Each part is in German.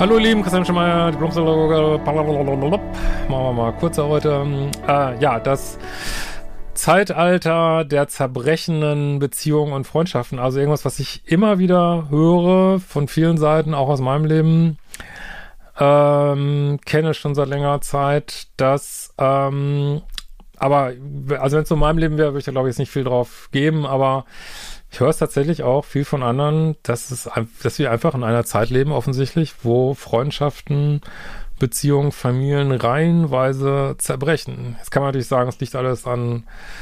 Hallo ihr Lieben, Christian Schemeier, Diplom-Psychologe, machen wir mal kurz heute. Ja, das Zeitalter der zerbrechenden Beziehungen und Freundschaften, also irgendwas, was ich immer wieder höre von vielen Seiten, auch aus meinem Leben, kenne schon seit längerer Zeit, dass, aber, also wenn es so in meinem Leben wäre, würde ich da glaube ich jetzt nicht viel drauf geben, aber ich höre es tatsächlich auch viel von anderen, dass wir einfach in einer Zeit leben, offensichtlich, wo Freundschaften, Beziehungen, Familien reihenweise zerbrechen. Jetzt kann man natürlich sagen, es liegt alles an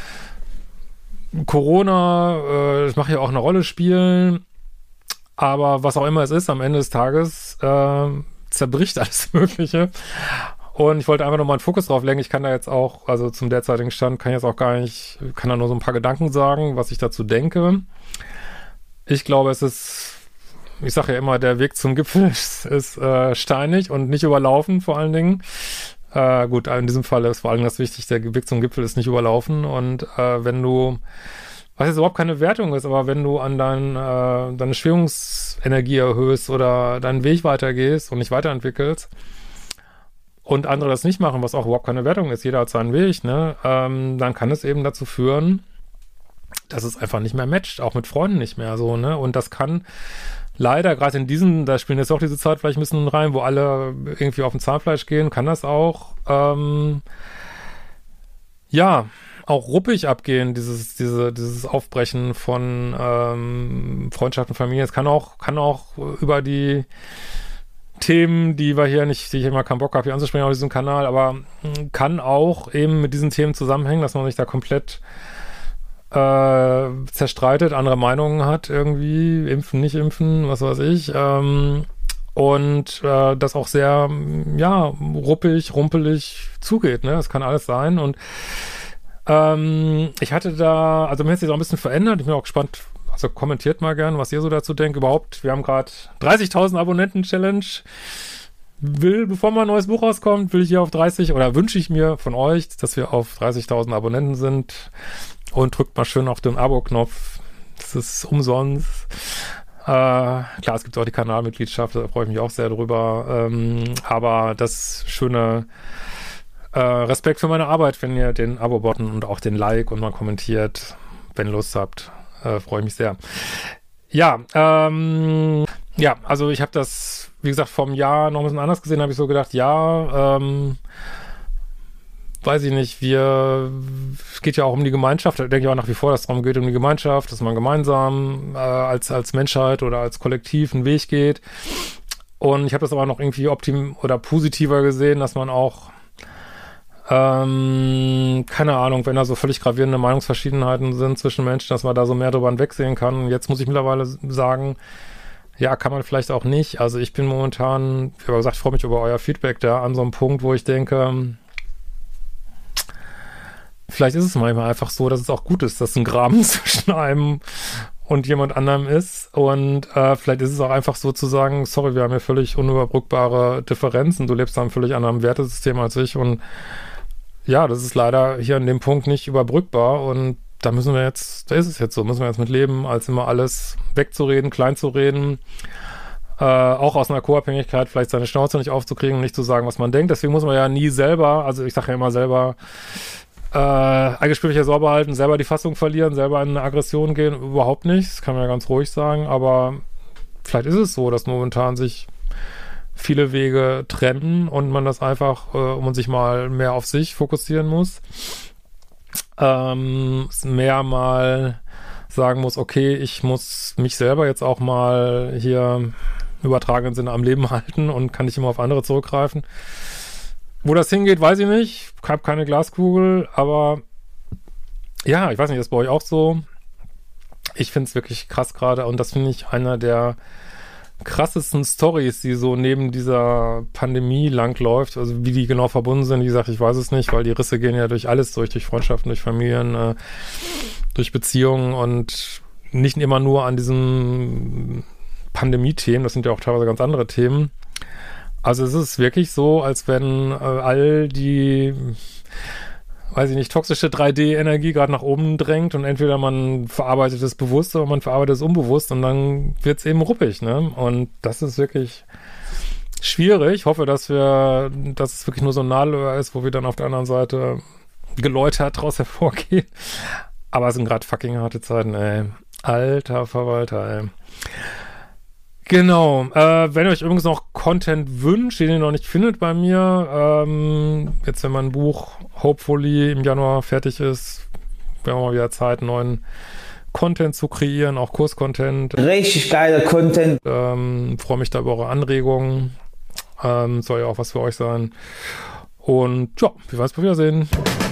Corona, das macht ja auch eine Rolle spielen, aber was auch immer es ist, am Ende des Tages zerbricht alles Mögliche. Und ich wollte einfach nochmal einen Fokus drauf legen. Ich kann da jetzt auch, also zum derzeitigen Stand, kann da nur so ein paar Gedanken sagen, was ich dazu denke. Ich glaube, ich sage ja immer, der Weg zum Gipfel ist steinig und nicht überlaufen, vor allen Dingen. Gut, in diesem Fall ist vor allem das wichtig, der Weg zum Gipfel ist nicht überlaufen. Und wenn du, was jetzt überhaupt keine Wertung ist, aber wenn du an deine Schwingungsenergie erhöhst oder deinen Weg weitergehst und nicht weiterentwickelst, und andere das nicht machen, was auch überhaupt keine Wertung ist, jeder hat seinen Weg, ne, dann kann es eben dazu führen, dass es einfach nicht mehr matcht, auch mit Freunden nicht mehr so, ne, und das kann leider, gerade da spielen jetzt auch diese Zeit vielleicht ein bisschen rein, wo alle irgendwie auf dem Zahnfleisch gehen, kann das auch, ja, auch ruppig abgehen, dieses Aufbrechen von Freundschaften, Familie. Es kann auch über die Themen, die ich immer keinen Bock habe, hier anzusprechen auf diesem Kanal, aber kann auch eben mit diesen Themen zusammenhängen, dass man sich da komplett zerstreitet, andere Meinungen hat irgendwie, impfen, nicht impfen, was weiß ich, und das auch sehr, ja, rumpelig zugeht, ne, das kann alles sein und ich hatte da, also mir hat sich auch ein bisschen verändert, ich bin auch gespannt. Also kommentiert mal gern, was ihr so dazu denkt. Überhaupt, wir haben gerade 30.000 Abonnenten-Challenge. Bevor mal ein neues Buch rauskommt, will ich hier auf 30 oder wünsche ich mir von euch, dass wir auf 30.000 Abonnenten sind. Und drückt mal schön auf den Abo-Knopf. Das ist umsonst. Klar, es gibt auch die Kanalmitgliedschaft, da freue ich mich auch sehr drüber. Aber das schöne Respekt für meine Arbeit, wenn ihr den Abo-Button und auch den Like und mal kommentiert, wenn ihr Lust habt. Freue ich mich sehr. Ja, ja, also ich habe das, wie gesagt, vom Jahr noch ein bisschen anders gesehen, habe ich so gedacht, ja, weiß ich nicht, es geht ja auch um die Gemeinschaft, da denke ich auch nach wie vor, dass es darum geht, um die Gemeinschaft, dass man gemeinsam als Menschheit oder als Kollektiv einen Weg geht. Und ich habe das aber noch irgendwie positiver gesehen, dass man auch keine Ahnung, wenn da so völlig gravierende Meinungsverschiedenheiten sind zwischen Menschen, dass man da so mehr drüber hinwegsehen kann. Jetzt muss ich mittlerweile sagen, ja, kann man vielleicht auch nicht. Also ich bin momentan, wie gesagt, ich freue mich über euer Feedback da an so einem Punkt, wo ich denke, vielleicht ist es manchmal einfach so, dass es auch gut ist, dass ein Graben zwischen einem und jemand anderem ist. Und vielleicht ist es auch einfach so zu sagen, sorry, wir haben hier völlig unüberbrückbare Differenzen. Du lebst da einem völlig anderen Wertesystem als ich und ja, das ist leider hier an dem Punkt nicht überbrückbar und da ist es jetzt so, müssen wir jetzt mit leben, als immer alles wegzureden, klein zu reden, auch aus einer Co-Abhängigkeit vielleicht seine Schnauze nicht aufzukriegen und nicht zu sagen, was man denkt. Deswegen muss man ja nie selber, also ich sage ja immer selber, eigenständig sauber halten, selber die Fassung verlieren, selber in eine Aggression gehen, überhaupt nicht, das kann man ja ganz ruhig sagen, aber vielleicht ist es so, dass momentan sich viele Wege trennen und man das einfach, man sich mal mehr auf sich fokussieren muss, mehr mal sagen muss, okay, ich muss mich selber jetzt auch mal hier im übertragenen Sinne am Leben halten und kann nicht immer auf andere zurückgreifen. Wo das hingeht, weiß ich nicht, ich habe keine Glaskugel, aber ja, ich weiß nicht, ist bei euch auch so? Ich finde es wirklich krass gerade und das finde ich einer der krassesten Stories, die so neben dieser Pandemie langläuft, also wie die genau verbunden sind, wie gesagt, ich weiß es nicht, weil die Risse gehen ja durch alles durch Freundschaften, durch Familien, durch Beziehungen und nicht immer nur an diesen Pandemie-Themen, das sind ja auch teilweise ganz andere Themen. Also es ist wirklich so, als wenn all die, weiß ich nicht, toxische 3D-Energie gerade nach oben drängt und entweder man verarbeitet es bewusst oder man verarbeitet es unbewusst und dann wird es eben ruppig, ne? Und das ist wirklich schwierig. Ich hoffe, dass es wirklich nur so ein Nadelöhr ist, wo wir dann auf der anderen Seite geläutert draus hervorgehen. Aber es sind gerade fucking harte Zeiten, ey. Alter Verwalter, ey. Genau. Wenn ihr euch übrigens noch Content wünscht, den ihr noch nicht findet bei mir, jetzt wenn mein Buch hopefully im Januar fertig ist, wir haben mal wieder Zeit, neuen Content zu kreieren, auch Kurscontent. Richtig geiler Content. Freue mich da über eure Anregungen. Soll ja auch was für euch sein. Und ja, wir werden uns mal wiedersehen.